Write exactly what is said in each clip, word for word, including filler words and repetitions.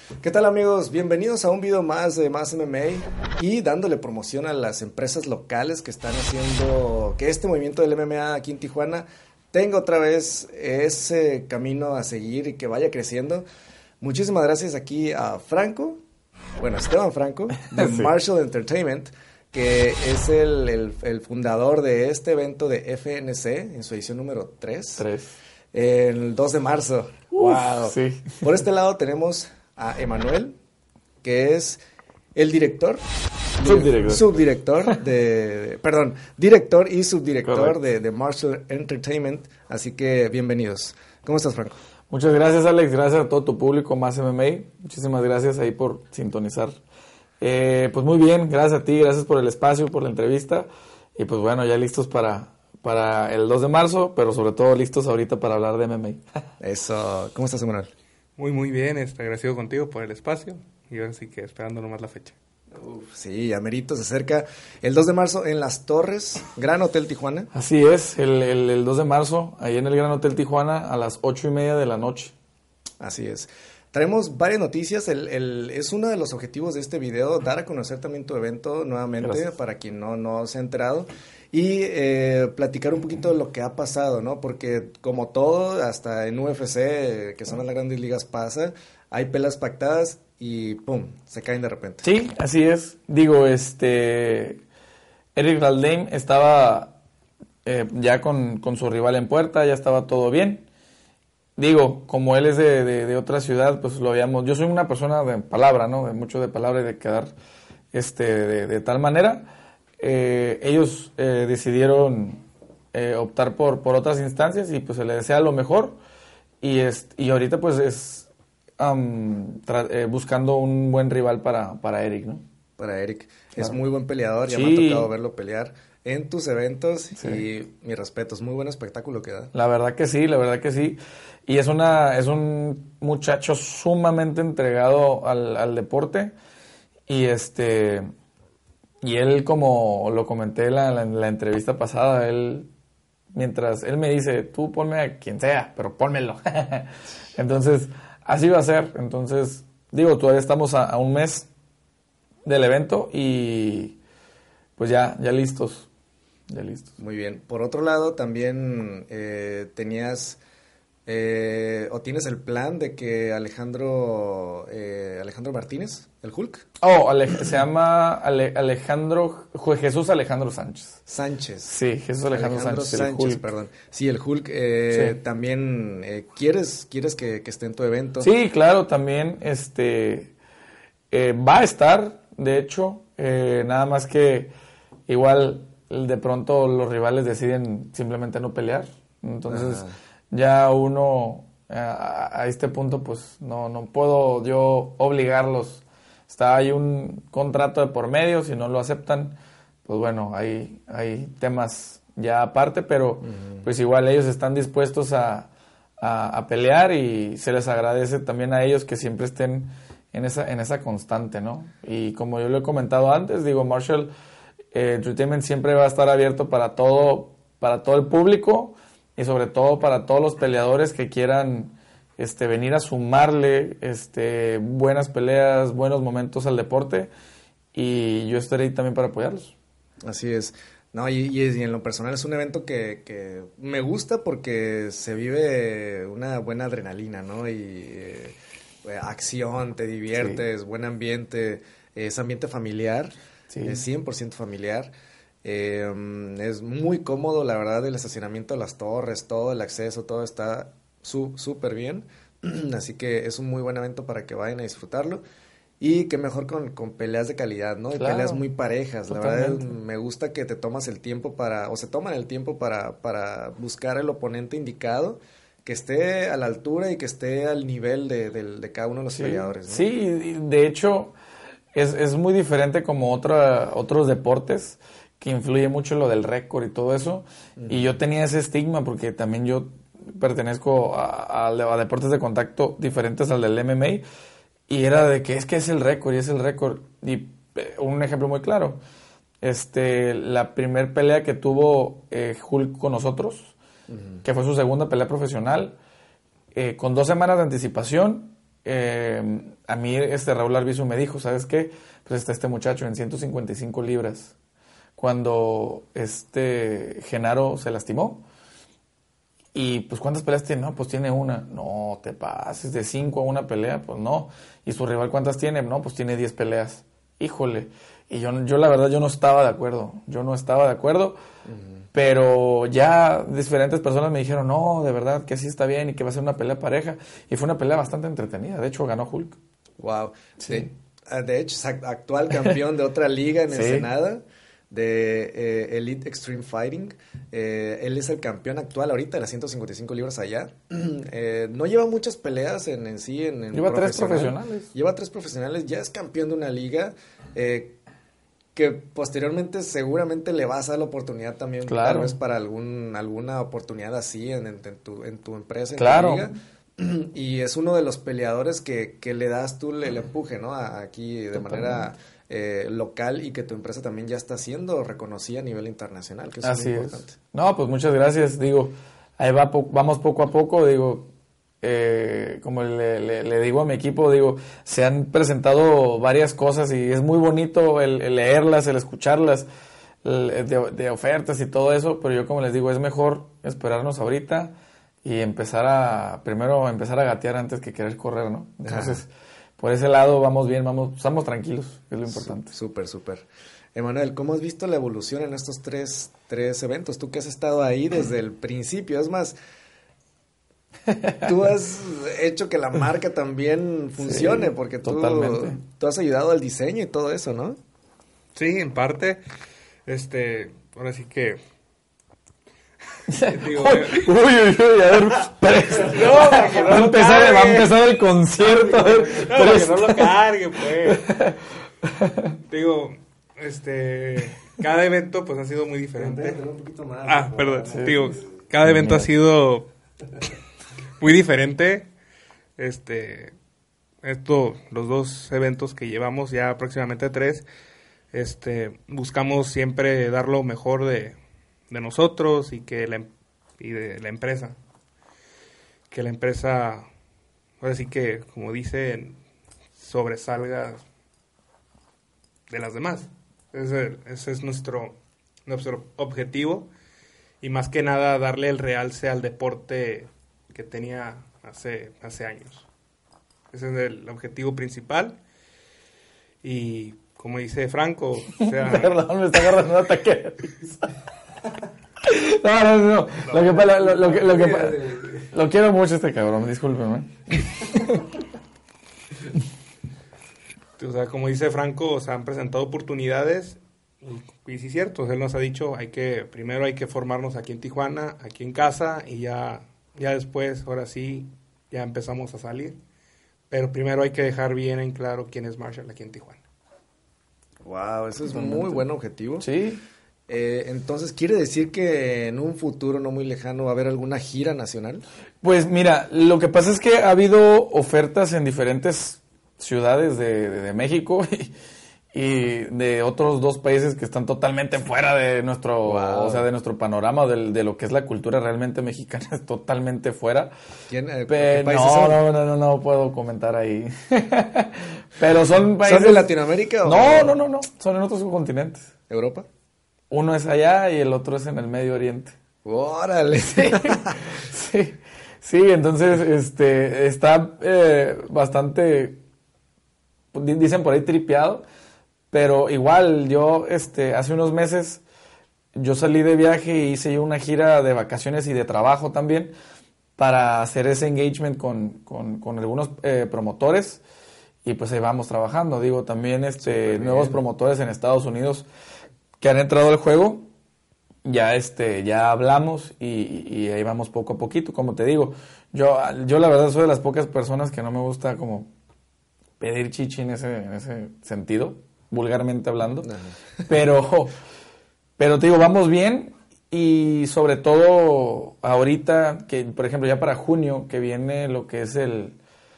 ¿Qué tal, amigos? Bienvenidos a un video más de Más M M A y dándole promoción a las empresas locales que están haciendo que este movimiento del M M A aquí en Tijuana tenga otra vez ese camino a seguir y que vaya creciendo. Muchísimas gracias aquí a Franco, bueno, Esteban Franco, de sí. Marshall Entertainment, que es el, el, el fundador de este evento de F N C en su edición número tres. tres. El dos de marzo. Uf, wow. Sí. Por este lado tenemos a Emanuel, que es el director. Subdirector. Subdirector de, perdón, director y subdirector de, de Marshall Entertainment. Así que bienvenidos. ¿Cómo estás, Franco? Muchas gracias, Alex. Gracias a todo tu público, Más M M A. Muchísimas gracias ahí por sintonizar. Eh, pues muy bien, gracias a ti, gracias por el espacio, por la entrevista. Y pues bueno, ya listos para, para el dos de marzo, pero sobre todo listos ahorita para hablar de M M A. Eso. ¿Cómo estás, Emanuel? Muy, muy bien. Este, agradecido contigo por el espacio. Y ahora sí que esperando nomás la fecha. Uf, sí, ya merito, se acerca el dos de marzo en Las Torres, Gran Hotel Tijuana. Así es, el, el, el dos de marzo, ahí en el Gran Hotel Tijuana a las ocho y media de la noche. Así es. Traemos varias noticias. El, el, es uno de los objetivos de este video, dar a conocer también tu evento nuevamente. Gracias. Para quien no, no se ha enterado. Y eh, platicar un poquito de lo que ha pasado, ¿no? Porque como todo, hasta en U F C, que son las grandes ligas, pasa, hay pelas pactadas y ¡pum!, se caen de repente. Sí, así es. Digo, este... Eric Raldane estaba eh, ya con, con su rival en puerta, ya estaba todo bien. Digo, como él es de, de, de otra ciudad, pues lo habíamos... Yo soy una persona de palabra, ¿no? De mucho de palabra y de quedar este, de, de tal manera. Eh, ellos eh, decidieron eh, optar por, por otras instancias y pues se les desea lo mejor. Y, es, y ahorita pues es um, tra- eh, buscando un buen rival para, para Eric, ¿no? Para Eric. Claro. Es muy buen peleador, ya sí. me ha tocado verlo pelear en tus eventos, sí. Y mi respeto, es muy buen espectáculo que da. La verdad que sí, la verdad que sí. Y es una es un muchacho sumamente entregado al, al deporte. Y este y él, como lo comenté en la, la, la entrevista pasada, él, mientras él me dice, tú ponme a quien sea, pero pónmelo. Entonces, así va a ser. Entonces, digo, todavía estamos a, a un mes del evento y pues ya, ya listos. Ya listos. Muy bien. Por otro lado, también eh, tenías eh, o tienes el plan de que Alejandro eh, Alejandro Martínez, el Hulk. Oh, Ale- se llama Ale- Alejandro Jesús Alejandro Sánchez. Sánchez. Sí, Jesús Alejandro, Alejandro Sánchez. Sánchez, el Hulk. perdón. Sí, el Hulk. Eh, Sí. También eh, quieres quieres que, que esté en tu evento. Sí, claro, también este eh, va a estar, de hecho, eh, nada más que igual de pronto los rivales deciden simplemente no pelear. Entonces, ajá, ya uno a, a este punto pues no, no puedo yo obligarlos. Está ahí un contrato de por medio, si no lo aceptan, pues bueno, hay, hay temas ya aparte, pero uh-huh, pues igual ellos están dispuestos a, a, a pelear y se les agradece también a ellos que siempre estén en esa, en esa constante, ¿no? Y como yo lo he comentado antes, digo, Marshall eh, Entertainment siempre va a estar abierto para todo, para todo el público y sobre todo para todos los peleadores que quieran este, venir a sumarle este, buenas peleas, buenos momentos al deporte, y yo estaré ahí también para apoyarlos. Así es. No, y, y, y en lo personal es un evento que, que me gusta porque se vive una buena adrenalina, ¿no? Y eh, acción, te diviertes, sí, buen ambiente, es ambiente familiar, sí, es cien por ciento familiar. Eh, es muy cómodo, la verdad, el estacionamiento de Las Torres, todo el acceso, todo está súper su, bien. Así que es un muy buen evento para que vayan a disfrutarlo. Y que mejor con, con peleas de calidad, ¿no? Y claro, peleas muy parejas. Totalmente. La verdad, me gusta que te tomas el tiempo para, o se toman el tiempo para, para buscar el oponente indicado, que esté a la altura y que esté al nivel de, de, de cada uno de los, sí, peleadores, ¿no? Sí, de hecho, es, es muy diferente como otra, otros deportes, que influye mucho lo del récord y todo eso. Uh-huh. Y yo tenía ese estigma porque también yo pertenezco a, a, a deportes de contacto diferentes al del M M A. Y era de que es que es el récord y es el récord. Y eh, un ejemplo muy claro. Este, la primer pelea que tuvo eh, Hulk con nosotros, uh-huh, que fue su segunda pelea profesional, eh, con dos semanas de anticipación, eh, a mí este Raúl Arbizu me dijo, ¿sabes qué? Pues está este muchacho en ciento cincuenta y cinco libras. Cuando este Genaro se lastimó, y pues ¿cuántas peleas tiene? No, pues tiene una. No, te pases, de cinco a una pelea, pues no. ¿Y su rival cuántas tiene? No, pues tiene diez peleas. Híjole. Y yo, yo la verdad, yo no estaba de acuerdo. Yo no estaba de acuerdo. Uh-huh. Pero ya diferentes personas me dijeron, no, de verdad, que sí está bien y que va a ser una pelea pareja. Y fue una pelea bastante entretenida. De hecho, ganó Hulk. Wow. Sí. De, de hecho, actual campeón de otra liga en sí. Ensenada, de eh, Elite Extreme Fighting. Eh, él es el campeón actual ahorita de las ciento cincuenta y cinco libras allá. Eh, no lleva muchas peleas en, en sí. En, en lleva tres profesionales. Lleva tres profesionales. Ya es campeón de una liga. Eh, que posteriormente seguramente le vas a dar la oportunidad también, claro. Tal vez para algún alguna oportunidad así en, en, en, tu, en tu empresa, en claro. tu liga. Y es uno de los peleadores que, que le das tú el empuje, ¿no? A, aquí de Totalmente. manera eh, local y que tu empresa también ya está siendo reconocida a nivel internacional, que eso así es muy importante. Es. No, pues muchas gracias. Digo, ahí va po- vamos poco a poco, digo... Eh, como le, le, le digo a mi equipo, digo, se han presentado varias cosas y es muy bonito el, el leerlas, el escucharlas, el, de, de ofertas y todo eso, pero yo como les digo, es mejor esperarnos ahorita y empezar a, primero empezar a gatear antes que querer correr, ¿no? Entonces, ah. por ese lado vamos bien, vamos, estamos tranquilos, es lo importante. Súper, súper. Emanuel, ¿cómo has visto la evolución en estos tres, tres eventos? Tú que has estado ahí desde el principio, es más... Tú has hecho que la marca también funcione, sí, porque tú, tú has ayudado al diseño y todo eso, ¿no? Sí, en parte. Este, ahora sí que... Digo, uy, uy, uy, a ver, no, no va, a empezar, va a empezar el concierto. A ver, no, para que no lo cargue, pues. Digo, este, cada evento pues ha sido muy diferente. Un poquito más, ah, perdón, sí, digo, cada evento ha sido... muy diferente. Este, esto, los dos eventos que llevamos ya próximamente tres, este, buscamos siempre dar lo mejor de, de nosotros y que la, y de la empresa, que la empresa, ahora sí que, como dicen, sobresalga de las demás. Ese, ese es nuestro, nuestro objetivo y más que nada darle el realce al deporte que tenía hace, hace años. Ese es el objetivo principal. Y como dice Franco, o sea... Perdón, me está agarrando un ataque de risa. No, no, no. no. Lo, que, lo, lo, lo, que, lo, que, lo quiero mucho este cabrón, discúlpeme. O sea, como dice Franco, o sea, han presentado oportunidades y, y sí es cierto, él nos ha dicho, hay que primero hay que formarnos aquí en Tijuana, aquí en casa y ya... Ya después, ahora sí, ya empezamos a salir. Pero primero hay que dejar bien en claro quién es Marshall aquí en Tijuana. Wow, eso es un muy buen objetivo. Sí. Eh, entonces, ¿quiere decir que en un futuro no muy lejano va a haber alguna gira nacional? Pues mira, lo que pasa es que ha habido ofertas en diferentes ciudades de, de, de México y... y de otros dos países que están totalmente fuera de nuestro, wow. o sea, de nuestro panorama, de, de lo que es la cultura realmente mexicana, es totalmente fuera. ¿Quién, eh, Pe- ¿qué países no, son? no, no, no, no puedo comentar ahí. Pero son países... ¿Son de Latinoamérica o...? No, no, no, no, son en otros continentes. ¿Europa? Uno es allá y el otro es en el Medio Oriente. ¡Órale! Sí, sí, sí, entonces, este, está eh, bastante, dicen por ahí tripeado. Pero igual, yo este hace unos meses, yo salí de viaje y hice yo una gira de vacaciones y de trabajo también para hacer ese engagement con, con, con algunos eh, promotores y pues ahí vamos trabajando. Digo, también este nuevos promotores en Estados Unidos que han entrado al juego, ya este ya hablamos y, y ahí vamos poco a poquito. Como te digo, yo, yo la verdad soy de las pocas personas que no me gusta como pedir chichi en ese, en ese sentido, vulgarmente hablando, no. pero pero te digo, vamos bien y sobre todo ahorita, que por ejemplo ya para junio, que viene lo que es el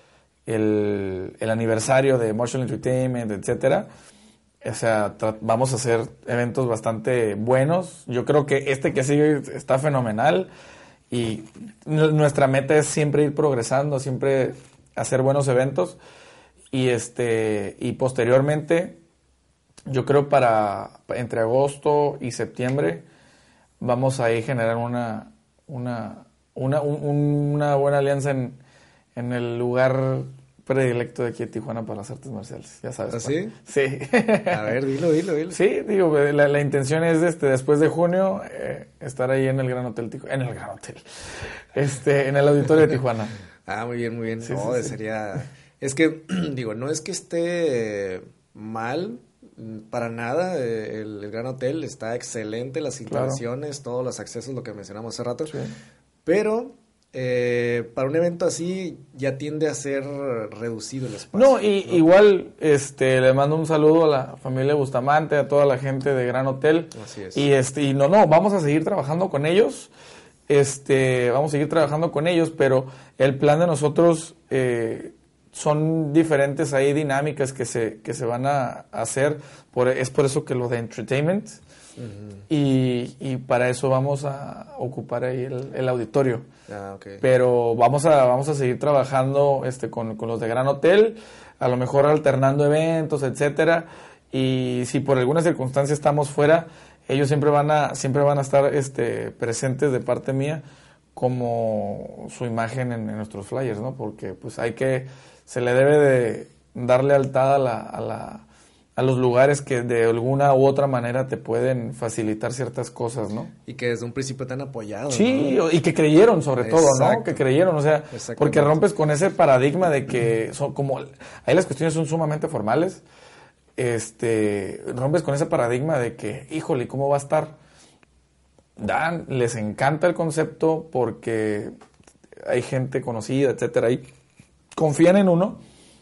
el, el aniversario de Marshall Entertainment, etcétera, o sea, tra- vamos a hacer eventos bastante buenos. Yo creo que este que sigue está fenomenal y n- nuestra meta es siempre ir progresando, siempre hacer buenos eventos y este y posteriormente yo creo para entre agosto y septiembre vamos a ir generar una una una un, una buena alianza en, en el lugar predilecto de aquí de Tijuana para las artes marciales, ya sabes. ¿Ah, sí? Sí. A ver, dilo, dilo, dilo. Sí, digo, la, la intención es este después de junio eh, estar ahí en el Gran Hotel Tijuana, en el Gran Hotel, este, en el auditorio de Tijuana. Ah, muy bien, muy bien. Sí, no, sí, sí. sería, es que digo, no es que esté mal para nada, eh, el, el Gran Hotel está excelente, las instalaciones, claro. Todos los accesos, lo que mencionamos hace rato, sí. Pero eh, para un evento así ya tiende a ser reducido el espacio. No, y ¿no? Igual este le mando un saludo a la familia Bustamante, a toda la gente de Gran Hotel. Así es. Y este y no, no, vamos a seguir trabajando con ellos. Este, vamos a seguir trabajando con ellos, pero el plan de nosotros eh, son diferentes ahí dinámicas que se que se van a hacer, por, es por eso que lo de entertainment. Uh-huh. y, y para eso vamos a ocupar ahí el, el auditorio. Ah, okay. Pero vamos a vamos a seguir trabajando este con, con los de Gran Hotel, a lo mejor alternando eventos, etcétera, y si por alguna circunstancia estamos fuera, ellos siempre van a siempre van a estar este presentes de parte mía como su imagen en, en nuestros flyers, ¿no? Porque pues hay que se le debe de dar lealtad a la a la a los lugares que de alguna u otra manera te pueden facilitar ciertas cosas, ¿no? Y que desde un principio te han apoyado, sí, ¿no? Y que creyeron sobre todo, Exacto. ¿no? Que creyeron, o sea, porque rompes con ese paradigma de que son como, ahí las cuestiones son sumamente formales, este, rompes con ese paradigma de que, híjole, ¿cómo va a estar? Dan, les encanta el concepto porque hay gente conocida, etcétera, y confían en uno,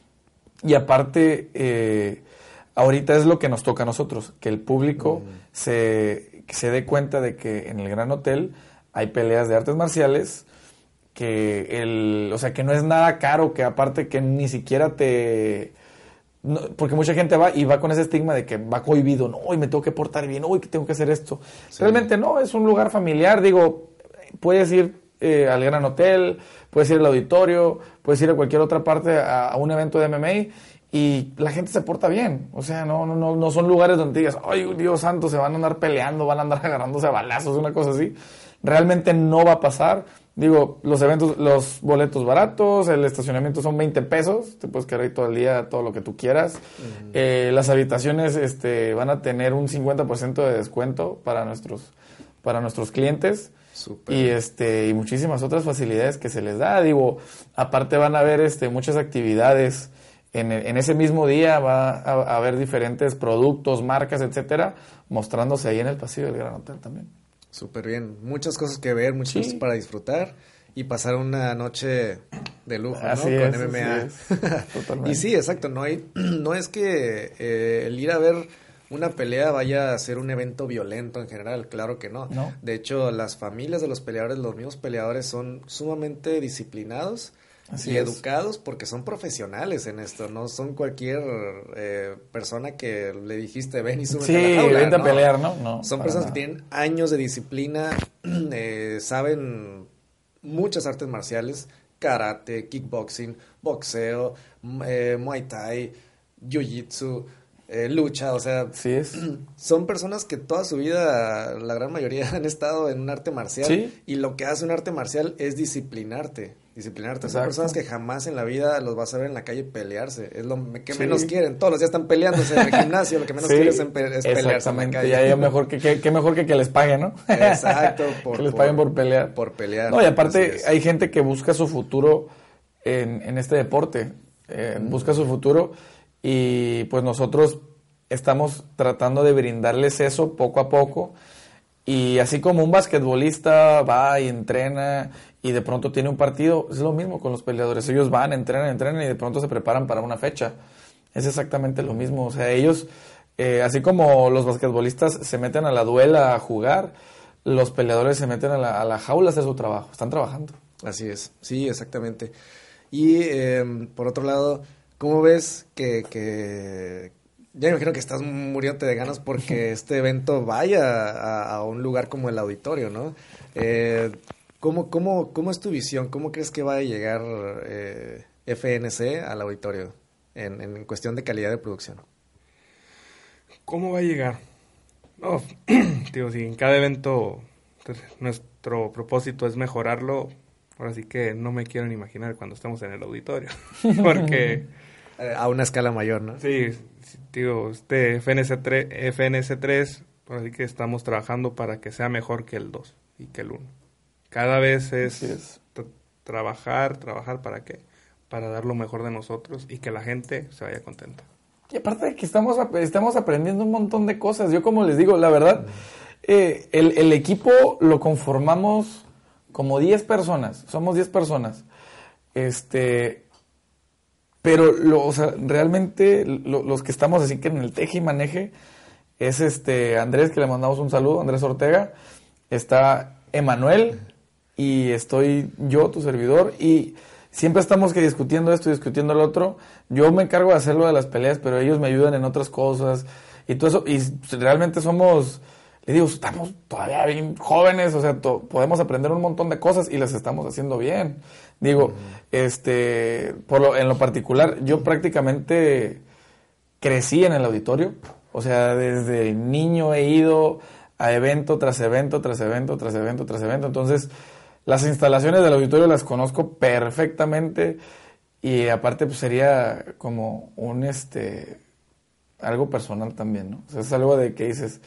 y aparte, eh, ahorita es lo que nos toca a nosotros, que el público mm. se, se dé cuenta de que en el Gran Hotel hay peleas de artes marciales, que el, o sea, que no es nada caro, que aparte que ni siquiera te... No, porque mucha gente va y va con ese estigma de que va cohibido, no, hoy me tengo que portar bien, hoy que tengo que hacer esto. Sí. Realmente no, es un lugar familiar, digo, puedes ir eh, al Gran Hotel, puedes ir al auditorio, puedes ir a cualquier otra parte a, a un evento de M M A, y la gente se porta bien, o sea, no no no no son lugares donde digas, ay, Dios santo, se van a andar peleando, van a andar agarrándose a balazos, una cosa así. Realmente no va a pasar. Digo, los eventos, los boletos baratos, el estacionamiento son veinte pesos, te puedes quedar ahí todo el día, todo lo que tú quieras. Uh-huh. Eh, las habitaciones este, van a tener un cincuenta por ciento de descuento para nuestros, para nuestros clientes. Super. Y este y muchísimas otras facilidades que se les da. Digo, aparte van a haber este, muchas actividades. En, en ese mismo día va a, a haber diferentes productos, marcas, etcétera, mostrándose ahí en el pasillo del Gran Hotel también. Súper bien. Muchas cosas que ver, muchas sí. cosas para disfrutar y pasar una noche de lujo, así ¿no? Es, con M M A. Totalmente. Y sí, exacto. No hay, no es que eh, el ir a ver una pelea vaya a ser un evento violento en general, claro que no. no. De hecho, las familias de los peleadores, los mismos peleadores son sumamente disciplinados. Así y es. Educados porque son profesionales en esto, no son cualquier eh, persona que le dijiste ven y súbete sí, a la jaula. vente ¿no? a pelear, ¿no? no son personas nada. Que tienen años de disciplina, eh, saben muchas artes marciales, karate, kickboxing, boxeo, eh, muay thai, jiu-jitsu, eh, lucha, o sea, sí es. Son personas que toda su vida, la gran mayoría han estado en un arte marcial. ¿Sí? Y lo que hace un arte marcial es disciplinarte. Disciplinarte. Exacto. Son personas que jamás en la vida los vas a ver en la calle pelearse. Es lo que sí. menos quieren. Todos los días están peleándose en el gimnasio. Lo que menos sí. quieren es, es pelearse en la calle. Y ahí es mejor que, que, que mejor que que les paguen, ¿no? Exacto. Por, que les paguen por, por pelear. Por pelear. No, y aparte hay gente que busca su futuro en, en este deporte. Eh, mm. Busca su futuro y pues nosotros estamos tratando de brindarles eso poco a poco. Y así como un basquetbolista va y entrena y de pronto tiene un partido, es lo mismo con los peleadores. Ellos van, entrenan, entrenan y de pronto se preparan para una fecha. Es exactamente lo mismo. O sea, ellos, eh, así como los basquetbolistas se meten a la duela a jugar, los peleadores se meten a la, a la jaula a hacer su trabajo. Están trabajando. Así es. Sí, exactamente. Y eh, por otro lado, ¿cómo ves que... que... Ya me imagino que estás muriéndote de ganas porque este evento vaya a, a un lugar como el auditorio, ¿no? Eh, ¿cómo, cómo, ¿Cómo es tu visión? ¿Cómo crees que va a llegar eh, F N C al auditorio en, en cuestión de calidad de producción? ¿Cómo va a llegar? No, digo, si en cada evento nuestro propósito es mejorarlo, ahora sí que no me quiero ni imaginar cuando estamos en el auditorio, porque... A una escala mayor, ¿no? Sí, digo, este F N C tres, F N C tres, así que estamos trabajando para que sea mejor que el dos y que el uno. Cada vez es, es. T- trabajar, trabajar, ¿para qué? Para dar lo mejor de nosotros y que la gente se vaya contenta. Y aparte de que estamos, estamos aprendiendo un montón de cosas. Yo como les digo, la verdad, eh, el, el equipo lo conformamos como diez personas. Somos diez personas. Este... Pero, lo, o sea, realmente lo, los que estamos así que en el teje y maneje es este Andrés, que le mandamos un saludo, Andrés Ortega, está Emanuel y estoy yo, tu servidor, y siempre estamos que discutiendo esto y discutiendo lo otro. Yo me encargo de hacer lo de las peleas, pero ellos me ayudan en otras cosas y todo eso, y realmente somos, les digo, estamos todavía bien jóvenes, o sea, to, podemos aprender un montón de cosas y las estamos haciendo bien. Digo, uh-huh. este, por lo, en lo particular, yo prácticamente crecí en el auditorio, o sea, desde niño he ido a evento tras evento, tras evento, tras evento, tras evento, entonces las instalaciones del auditorio las conozco perfectamente y aparte pues sería como un, este, algo personal también, ¿no? O sea, es algo de que dices,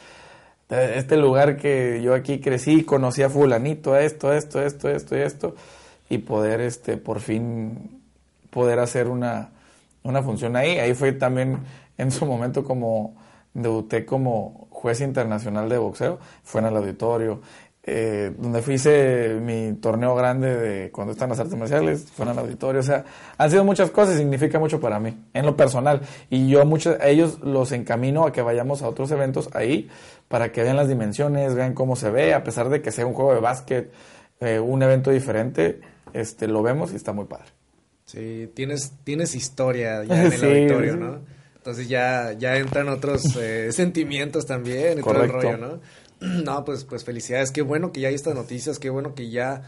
este lugar que yo aquí crecí, conocí a fulanito, esto, esto, esto, esto y esto, y poder, este, por fin, poder hacer una, una función ahí. Ahí fue también, en su momento, como debuté como juez internacional de boxeo, fue en el auditorio. Eh, donde fui, hice mi torneo grande de cuando están las artes marciales, fue en el auditorio. O sea, han sido muchas cosas y significa mucho para mí, en lo personal. Y yo muchos, a ellos los encamino a que vayamos a otros eventos ahí, para que vean las dimensiones, vean cómo se ve, a pesar de que sea un juego de básquet, eh, un evento diferente, este, lo vemos y está muy padre. Sí, tienes, tienes historia ya en el sí, auditorio, sí. ¿no? Entonces ya, ya entran otros eh, sentimientos también y Correcto. todo el rollo, ¿no? No, pues, pues felicidades, qué bueno que ya hay estas noticias, qué bueno que ya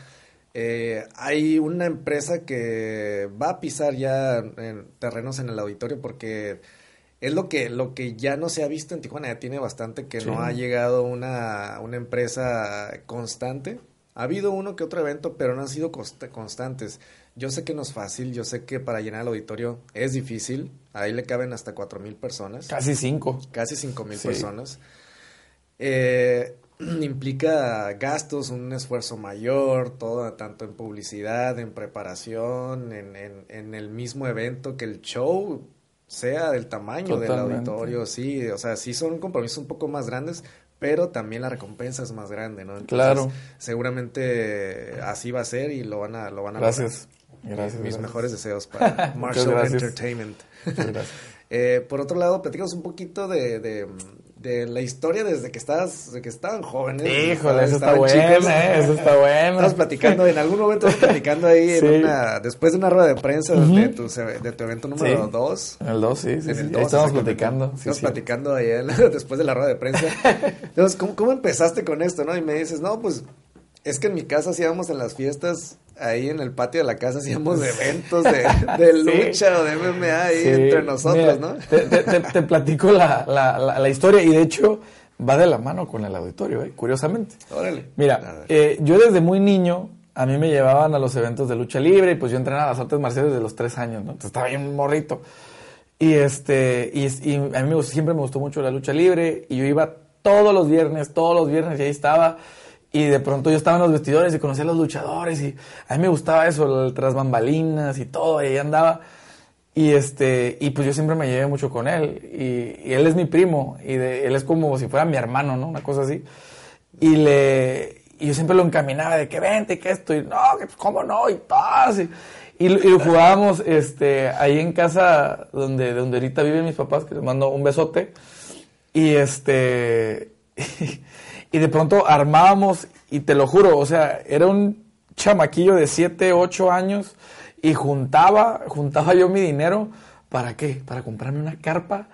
eh, hay una empresa que va a pisar ya en terrenos en el auditorio, porque es lo que, lo que ya no se ha visto en Tijuana, ya tiene bastante que sí. No ha llegado una, una empresa constante. Ha habido uno que otro evento, pero no han sido const- constantes. Yo sé que no es fácil, yo sé que para llenar el auditorio es difícil. Ahí le caben hasta cuatro mil personas. Casi cinco. Casi cinco mil sí. personas. Eh, implica gastos, un esfuerzo mayor, todo, tanto en publicidad, en preparación, en, en, en el mismo evento, que el show sea del tamaño Totalmente. Del auditorio. Sí, o sea, sí son compromisos un poco más grandes, pero también la recompensa es más grande, ¿no? Entonces, claro. Seguramente así va a ser y lo van a lo van a Gracias. lograr. Gracias. Mis gracias. mejores deseos para Marshall Entertainment. Gracias. eh, por otro lado, platícanos un poquito de, de, de la historia desde que estabas, de que estaban jóvenes. Híjole, eso está bueno, eh, eso está bueno. Estabas platicando, en algún momento estabas platicando ahí sí. en una, después de una rueda de prensa uh-huh. de, tu, de tu evento número dos. Sí. En el dos, sí, sí. En sí. el Ahí dos, estábamos platicando. Sí, estábamos sí. platicando ahí en, después de la rueda de prensa. Entonces, ¿cómo, ¿cómo empezaste con esto, no? Y me dices, no, pues, es que en mi casa hacíamos en las fiestas, ahí en el patio de la casa hacíamos eventos de, de lucha sí. o de M M A ahí sí. entre nosotros, Mira, ¿no? Te, te, te platico la, la, la, la historia y de hecho va de la mano con el auditorio, ¿eh? Curiosamente. Órale. Mira, eh, yo desde muy niño, a mí me llevaban a los eventos de lucha libre y pues yo entrenaba las artes marciales desde los tres años, ¿no? Entonces estaba bien morrito. Y este, y, y a mí me, siempre me gustó mucho la lucha libre y yo iba todos los viernes, todos los viernes y ahí estaba. Y de pronto yo estaba en los vestidores y conocía a los luchadores y a mí me gustaba eso, el tras bambalinas y todo, y ahí andaba. Y este, y pues yo siempre me llevé mucho con él. Y, y él es mi primo, y de, él es como si fuera mi hermano, ¿no? Una cosa así. Y le, y yo siempre lo encaminaba de que vente, que esto, y no, que cómo no, y paz. Y, y, y jugábamos este, ahí en casa donde, donde ahorita viven mis papás, que les mando un besote. Y este, y de pronto armábamos, y te lo juro, o sea, era un chamaquillo de siete, ocho años, y juntaba, juntaba yo mi dinero, ¿para qué? Para comprarme una carpa,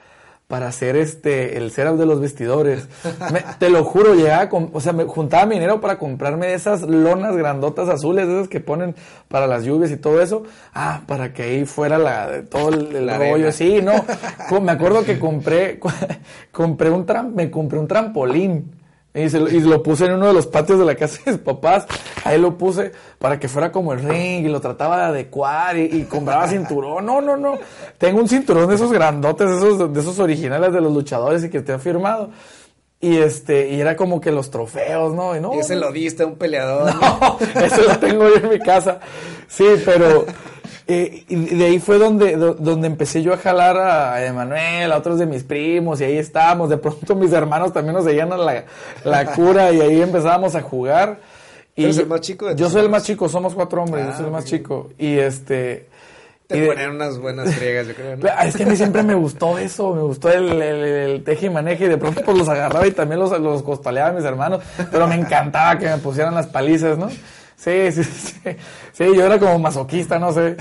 para hacer este el setup de los vestidores. Me, te lo juro, llegaba con, o sea, me juntaba mi dinero para comprarme de esas lonas grandotas azules, esas que ponen para las lluvias y todo eso. Ah, para que ahí fuera la todo el, el rollo. Arena. Sí, no. Me acuerdo que compré compré un tram, me compré un trampolín. Y, se lo, y lo puse en uno de los patios de la casa de mis papás. Ahí lo puse para que fuera como el ring y lo trataba de adecuar y, y compraba cinturón. No, no, no. Tengo un cinturón de esos grandotes, de esos, de esos originales de los luchadores y que te ha firmado. Y este, y era como que los trofeos, ¿no? Y, no, y ese no, lo diste a un peleador. No, ese lo tengo yo en mi casa. Sí, pero... Eh, y de ahí fue donde, do, donde empecé yo a jalar a Emanuel, a otros de mis primos, y ahí estábamos. De pronto mis hermanos también nos seguían a la, la cura, y ahí empezábamos a jugar. Y ¿Eres el más chico de Yo soy el más chico, somos cuatro hombres, ah, yo soy el más bien. chico. Y este... Te y ponen unas buenas friegas, yo creo, ¿no? Es que a mí siempre me gustó eso, me gustó el, el, el teje y maneje, y de pronto pues los agarraba y también los, los costaleaba a mis hermanos, pero me encantaba que me pusieran las palizas, ¿no? Sí, sí, sí, sí, yo era como masoquista, no sé.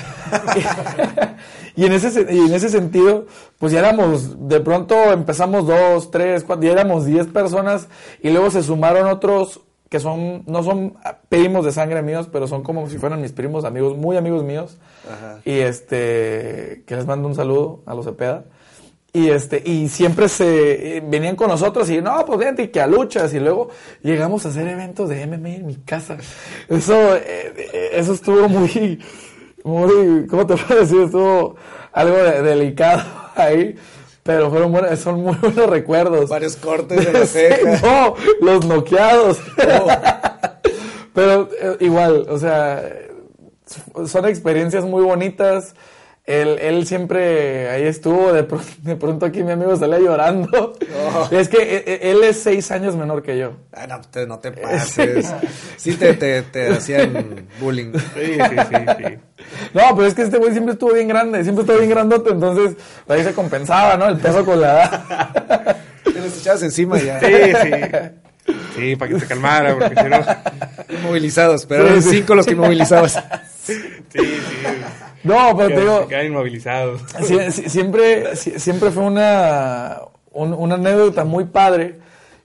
Y en ese, y en ese sentido, pues ya éramos, de pronto empezamos dos, tres, cuatro, ya éramos diez personas, y luego se sumaron otros que son, no son primos de sangre míos, pero son como si fueran mis primos, amigos, muy amigos míos. Ajá. Y este, que les mando un saludo a los Cepeda. Y este, y siempre se, eh, venían con nosotros y no, pues vente, que a luchas, y luego llegamos a hacer eventos de M M A en mi casa. Eso, eh, eso estuvo muy, muy, ¿cómo te puedo decir? Estuvo algo de, delicado ahí. Pero fueron buenos, son muy buenos recuerdos. Varios cortes de la ceja. No, los noqueados. Oh. Pero eh, igual, o sea, son experiencias muy bonitas. Él, él siempre ahí estuvo, de pronto, de pronto aquí mi amigo salía llorando. Oh. Es que él es seis años menor que yo. Ah, no, te, no te pases. Sí, te, te, te hacían bullying. Sí, sí, sí, sí. No, pero es que este güey siempre estuvo bien grande, siempre estuvo bien grandote, entonces ahí se compensaba, ¿no? El peso con la edad. Te los echabas encima ya. Sí, sí. Sí, para que se calmara, porque si no... Inmovilizados, pero eran sí, cinco sí. los que inmovilizabas. Sí, sí. No, pero te digo... Se quedan inmovilizados. Sie, siempre, siempre fue una, un, una anécdota muy padre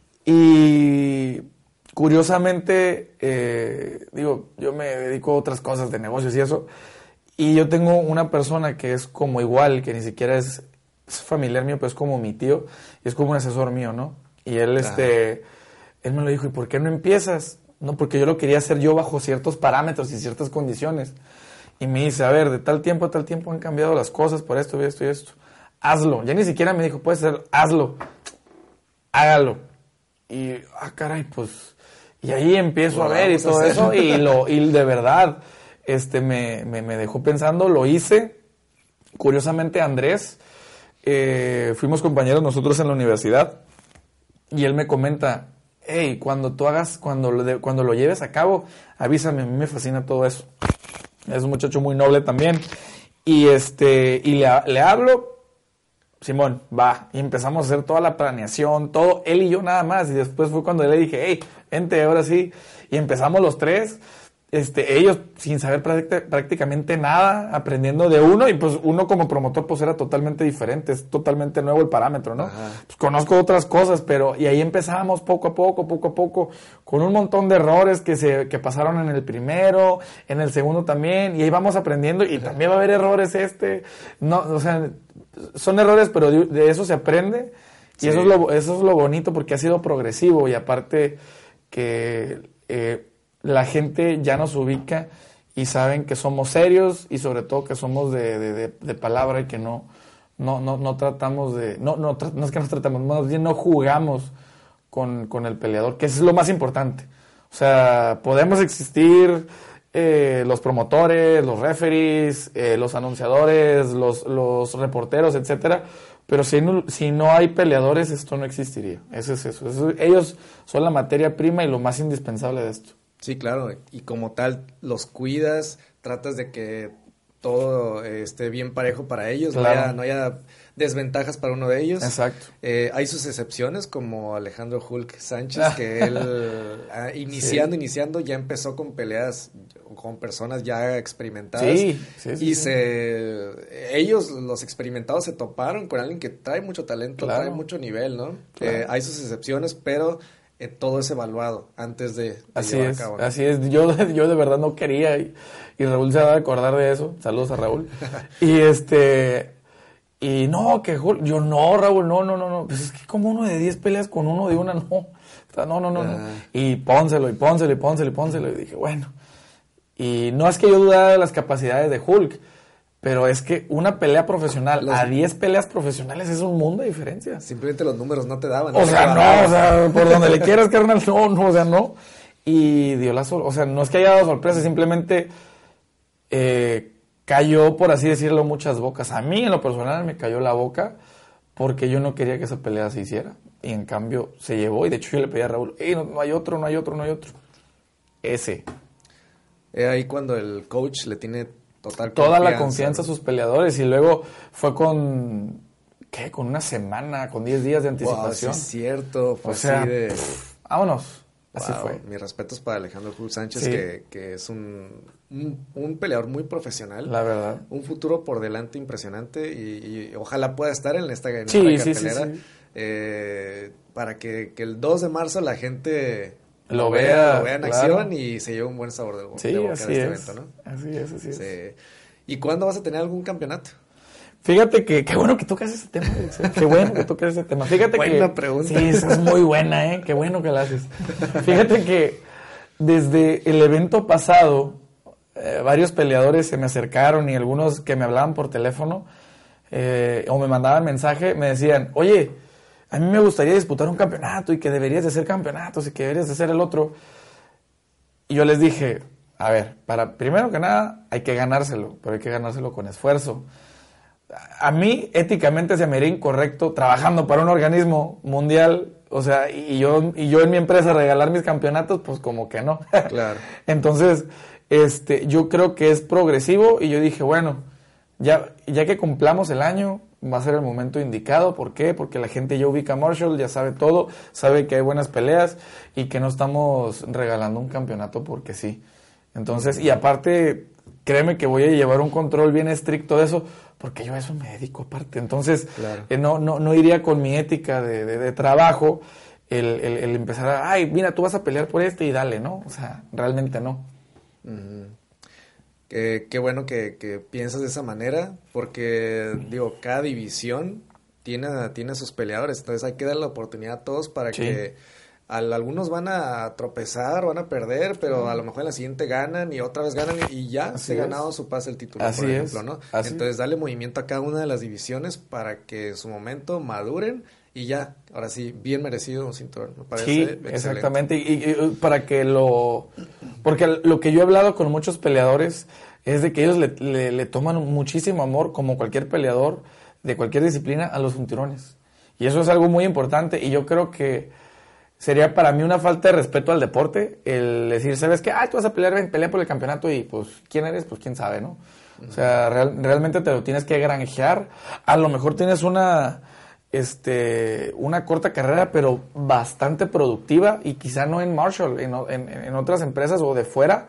y... Curiosamente, eh, digo, yo me dedico a otras cosas de negocios y eso, y yo tengo una persona que es como igual, que ni siquiera es, es familiar mío, pero es como mi tío, y es como un asesor mío, ¿no? Y él, ah. este, él me lo dijo, ¿y por qué no empiezas? No, porque yo lo quería hacer yo bajo ciertos parámetros y ciertas condiciones. Y me dice, a ver, de tal tiempo a tal tiempo han cambiado las cosas por esto y esto y esto. Hazlo. Ya ni siquiera me dijo, puedes hacerlo, hazlo. Hágalo. Y, ah, caray, pues... Y ahí empiezo wow, a ver y todo a eso, y lo y de verdad este me, me, me dejó pensando, lo hice. Curiosamente, Andrés, eh, fuimos compañeros nosotros en la universidad, y él me comenta, hey, cuando tú hagas, cuando lo, de, cuando lo lleves a cabo, avísame, a mí me fascina todo eso. Es un muchacho muy noble también. Y este y le, le hablo, Simón, va, y empezamos a hacer toda la planeación, todo, él y yo nada más, y después fue cuando le dije, hey, vente, ahora sí, y empezamos los tres, este, ellos sin saber prácti- prácticamente nada, aprendiendo de uno, y pues uno como promotor pues era totalmente diferente, es totalmente nuevo el parámetro, ¿no? Pues conozco otras cosas, pero, y ahí empezamos poco a poco, poco a poco, con un montón de errores que se, que pasaron en el primero, en el segundo también, y ahí vamos aprendiendo, y también va a haber errores este, no, o sea, son errores, pero de, de eso se aprende, y sí. eso es lo, eso es lo bonito, porque ha sido progresivo, y aparte que eh, la gente ya nos ubica y saben que somos serios, y sobre todo que somos de, de, de, de palabra, y que no, no, no, no tratamos de, no, no, tra- no es que nos tratamos, más bien no jugamos con, con el peleador, que eso es lo más importante. O sea, podemos existir eh, los promotores, los referees, eh, los anunciadores, los, los reporteros, etcétera, pero si no, si no hay peleadores, esto no existiría. Eso es eso. eso. Ellos son la materia prima y lo más indispensable de esto. Sí, claro. Y como tal, los cuidas, tratas de que todo eh, esté bien parejo para ellos. Claro. No haya, no haya desventajas para uno de ellos. Exacto. Eh, hay sus excepciones, como Alejandro Hulk Sánchez, que él, ah, iniciando, sí. iniciando, ya empezó con peleas con personas ya experimentadas. Sí, sí, sí. Y sí. se ellos, los experimentados, se toparon con alguien que trae mucho talento, claro. trae mucho nivel, ¿no? Claro. Eh, hay sus excepciones, pero... Eh, todo es evaluado antes de, de así llevar es, a cabo, ¿no? Así es, yo, yo de verdad no quería y, y Raúl se va a acordar de eso, saludos a Raúl, y este, y no, que yo no, Raúl, no, no, no, no, pues es que como uno de diez peleas con uno de una, no, o sea, no, no, no, no, y pónselo, y pónselo, y pónselo, y pónselo, y dije, bueno, y no es que yo dudara de las capacidades de Hulk, pero es que una pelea profesional los... a diez peleas profesionales es un mundo de diferencia. Simplemente los números no te daban. O no sea, no, o sea, por donde le quieras, carnal, no, no, o sea, no. Y dio la sorpresa, o sea, no es que haya dado sorpresa, simplemente eh, cayó, por así decirlo, muchas bocas. A mí, en lo personal, me cayó la boca porque yo no quería que esa pelea se hiciera. Y en cambio, se llevó. Y de hecho, yo le pedí a Raúl, hey, no, no hay otro, no hay otro, no hay otro. Ese. Es ahí cuando el coach le tiene... Total toda la confianza a sus peleadores y luego fue con ¿qué? Con una semana, con diez días de anticipación. Wow, sí es cierto, fue o sea, así de pff, vámonos. Wow, así fue. Mis respetos para Alejandro Hulk Sánchez, sí. que, que es un, un, un peleador muy profesional. La verdad. Un futuro por delante impresionante y, y ojalá pueda estar en esta, en sí, esta sí, cartelera. Sí, sí, sí. Eh, para que, que el dos de marzo la gente... Lo, lo vea, lo vea en claro. acción y se lleve un buen sabor de, sí, de boca así de este es. evento, ¿no? Así es, así sí. es. ¿Y cuándo vas a tener algún campeonato? Fíjate que, qué bueno que tocas ese tema, qué bueno que tocas ese tema. Fíjate buena que, pregunta. Sí, esa es muy buena, ¿eh? Qué bueno que la haces. Fíjate que desde el evento pasado, eh, varios peleadores se me acercaron y algunos que me hablaban por teléfono eh, o me mandaban mensaje, me decían, oye, a mí me gustaría disputar un campeonato y que deberías de hacer campeonatos y que deberías de ser el otro. Y yo les dije, a ver, para primero que nada hay que ganárselo, pero hay que ganárselo con esfuerzo. A mí, éticamente, se me haría incorrecto trabajando para un organismo mundial, o sea, y yo, y yo en mi empresa regalar mis campeonatos, pues como que no. Claro. Entonces, este, yo creo que es progresivo y yo dije, bueno, ya, ya que cumplamos el año, va a ser el momento indicado. ¿Por qué? Porque la gente ya ubica a Marshall, ya sabe todo, sabe que hay buenas peleas y que no estamos regalando un campeonato porque sí. Entonces, y aparte, créeme que voy a llevar un control bien estricto de eso, porque yo a eso me dedico aparte. Entonces, claro. eh, no, no, no iría con mi ética de, de, de trabajo el, el, el empezar a, ay, mira, tú vas a pelear por este y dale, ¿no? O sea, realmente no. Uh-huh. Qué, qué bueno que, que piensas de esa manera, porque, digo, cada división tiene, tiene a sus peleadores, entonces hay que dar la oportunidad a todos para sí. que al, algunos van a tropezar, van a perder, pero a lo mejor en la siguiente ganan y otra vez ganan y ya Así se ha ganado su pase el título, Así por ejemplo, es. ¿no? Así entonces dale movimiento a cada una de las divisiones para que en su momento maduren y ya, ahora sí, bien merecido un cinturón, me parece sí, excelente. Exactamente, y, y para que lo... Porque lo que yo he hablado con muchos peleadores es de que ellos le, le, le toman muchísimo amor, como cualquier peleador de cualquier disciplina, a los cinturones. Y eso es algo muy importante y yo creo que sería para mí una falta de respeto al deporte el decir, ¿sabes qué? Ah, tú vas a pelear, ven, pelea por el campeonato y pues, ¿quién eres? Pues quién sabe, ¿no? Uh-huh. O sea, real, realmente te lo tienes que granjear. A lo mejor tienes una... este una corta carrera pero bastante productiva y quizá no en Marshall, en, en, en otras empresas o de fuera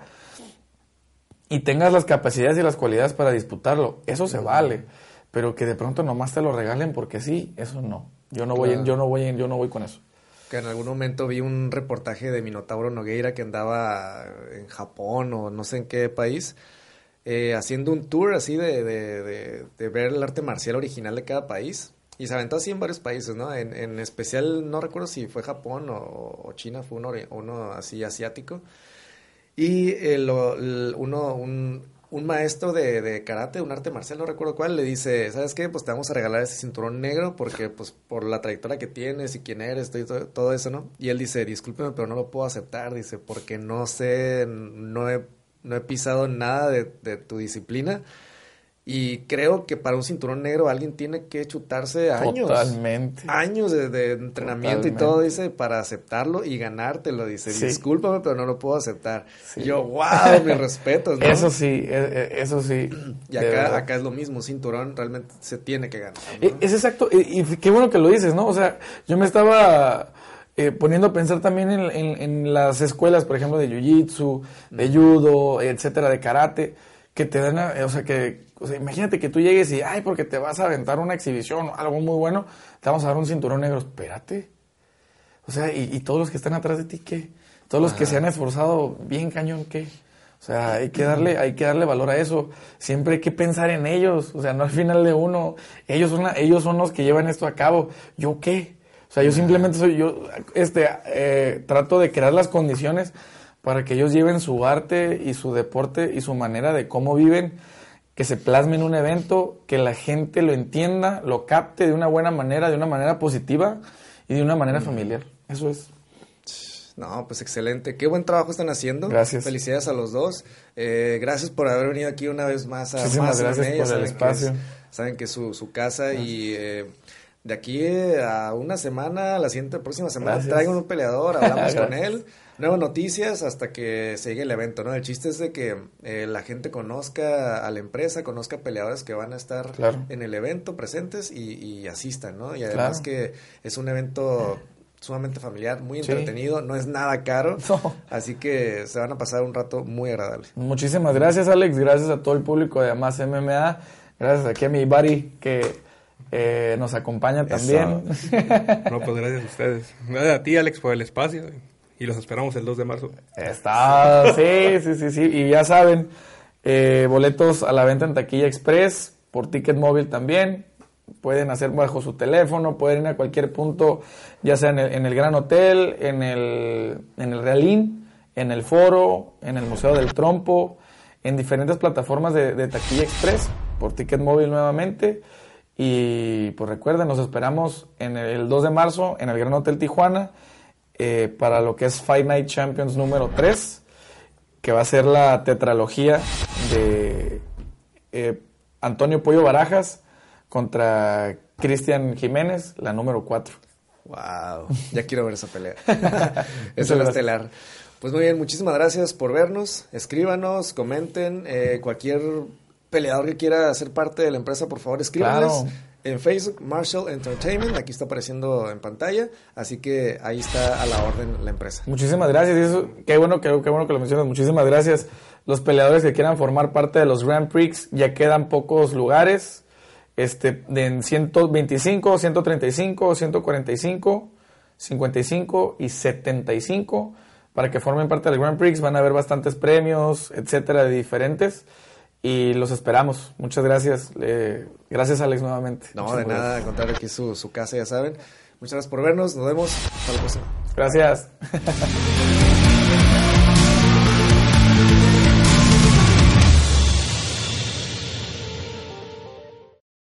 y tengas las capacidades y las cualidades para disputarlo, eso se vale, pero que de pronto nomás te lo regalen porque sí, eso no, yo no voy, claro. en, yo no voy, en, yo no voy con eso. Que en algún momento vi un reportaje de Minotauro Nogueira que andaba en Japón o no sé en qué país, eh, haciendo un tour así de, de, de, de ver el arte marcial original de cada país. Y se aventó así en varios países, ¿no? En, en especial, no recuerdo si fue Japón o, o China, fue uno, uno así asiático. Y el, el, uno, un, un maestro de, de karate, un arte marcial, no recuerdo cuál, le dice, ¿sabes qué? Pues te vamos a regalar ese cinturón negro porque, pues, por la trayectoria que tienes y quién eres, todo, todo eso, ¿no? Y él dice, discúlpeme, pero no lo puedo aceptar, dice, porque no sé, no he, no he pisado nada de, de tu disciplina. Y creo que para un cinturón negro alguien tiene que chutarse años. Totalmente. Años de, de entrenamiento Totalmente. y todo, dice, para aceptarlo y ganártelo. Dice, sí. discúlpame, pero no lo puedo aceptar. Sí. Y yo, wow, mis respetos, ¿no? Eso sí, eso sí. Y acá, acá es lo mismo, un cinturón realmente se tiene que ganar, ¿no? Es exacto, y, y qué bueno que lo dices, ¿no? O sea, yo me estaba... Eh, poniendo a pensar también en, en, en las escuelas, por ejemplo, de jiu-jitsu, de judo, etcétera, de karate, que te dan, a, o sea, que, o sea, imagínate que tú llegues y, ay, porque te vas a aventar una exhibición o algo muy bueno, te vamos a dar un cinturón negro. Espérate. O sea, y, y todos los que están atrás de ti, ¿qué? Todos los Ajá. que se han esforzado bien cañón, ¿qué? O sea, hay que darle, hay que darle valor a eso. Siempre hay que pensar en ellos. O sea, no al final de uno. Ellos son, la, ellos son los que llevan esto a cabo. ¿Yo qué? O sea, yo simplemente soy, yo este eh, trato de crear las condiciones para que ellos lleven su arte y su deporte y su manera de cómo viven, que se plasme en un evento, que la gente lo entienda, lo capte de una buena manera, de una manera positiva y de una manera familiar. Eso es. No, pues excelente. Qué buen trabajo están haciendo. Gracias. Felicidades a los dos. Eh, gracias por haber venido aquí una vez más a Muchísimas gracias por el saben espacio. Que es, saben que es su, su casa gracias. y... Eh, de aquí a una semana, la siguiente, próxima semana, Gracias. traigo un peleador, hablamos con él, nuevas noticias hasta que se llegue el evento, ¿no? El chiste es de que eh, la gente conozca a la empresa, conozca peleadores que van a estar claro. en el evento presentes y, y asistan, ¿no? Y además claro. que es un evento sumamente familiar, muy entretenido, sí. no es nada caro, no. así que se van a pasar un rato muy agradable. Muchísimas gracias, Alex, gracias a todo el público de Más M M A, gracias aquí a mi buddy que... Eh, nos acompaña también. No, pues gracias a ustedes. Gracias a ti, Alex, por el espacio. Y los esperamos el dos de marzo. Está, sí, sí, sí, sí. Y ya saben, eh, boletos a la venta en Taquilla Express, por Ticket Móvil también. Pueden hacer bajo su teléfono, pueden ir a cualquier punto, ya sea en el, en el Gran Hotel, en el, en el Realín, en el Foro, en el Museo del Trompo, en diferentes plataformas de, de Taquilla Express, por Ticket Móvil nuevamente. Y pues recuerden, nos esperamos en el dos de marzo en el Gran Hotel Tijuana eh, para lo que es Fight Night Champions número tres, que va a ser la tetralogía de eh, Antonio Pollo Barajas contra Cristian Jiménez, la número cuatro. Wow, ya quiero ver esa pelea. Eso es la estelar. Pues muy bien, muchísimas gracias por vernos. Escríbanos, comenten, eh, cualquier peleador que quiera ser parte de la empresa, por favor, escríbanles claro. en Facebook, Marshall Entertainment, aquí está apareciendo en pantalla, así que ahí está a la orden la empresa. Muchísimas gracias, y eso, qué bueno que, qué bueno que lo mencionas, muchísimas gracias. Los peleadores que quieran formar parte de los Grand Prix, ya quedan pocos lugares, este, en ciento veinticinco, ciento treinta y cinco, ciento cuarenta y cinco, cincuenta y cinco y setenta y cinco, para que formen parte del Grand Prix, van a haber bastantes premios, etcétera, de diferentes. Y los esperamos. Muchas gracias. Eh, gracias, Alex, nuevamente. No, Muchas de gracias. nada, contar aquí su, su casa, ya saben. Muchas gracias por vernos. Nos vemos. Hasta la próxima. Gracias.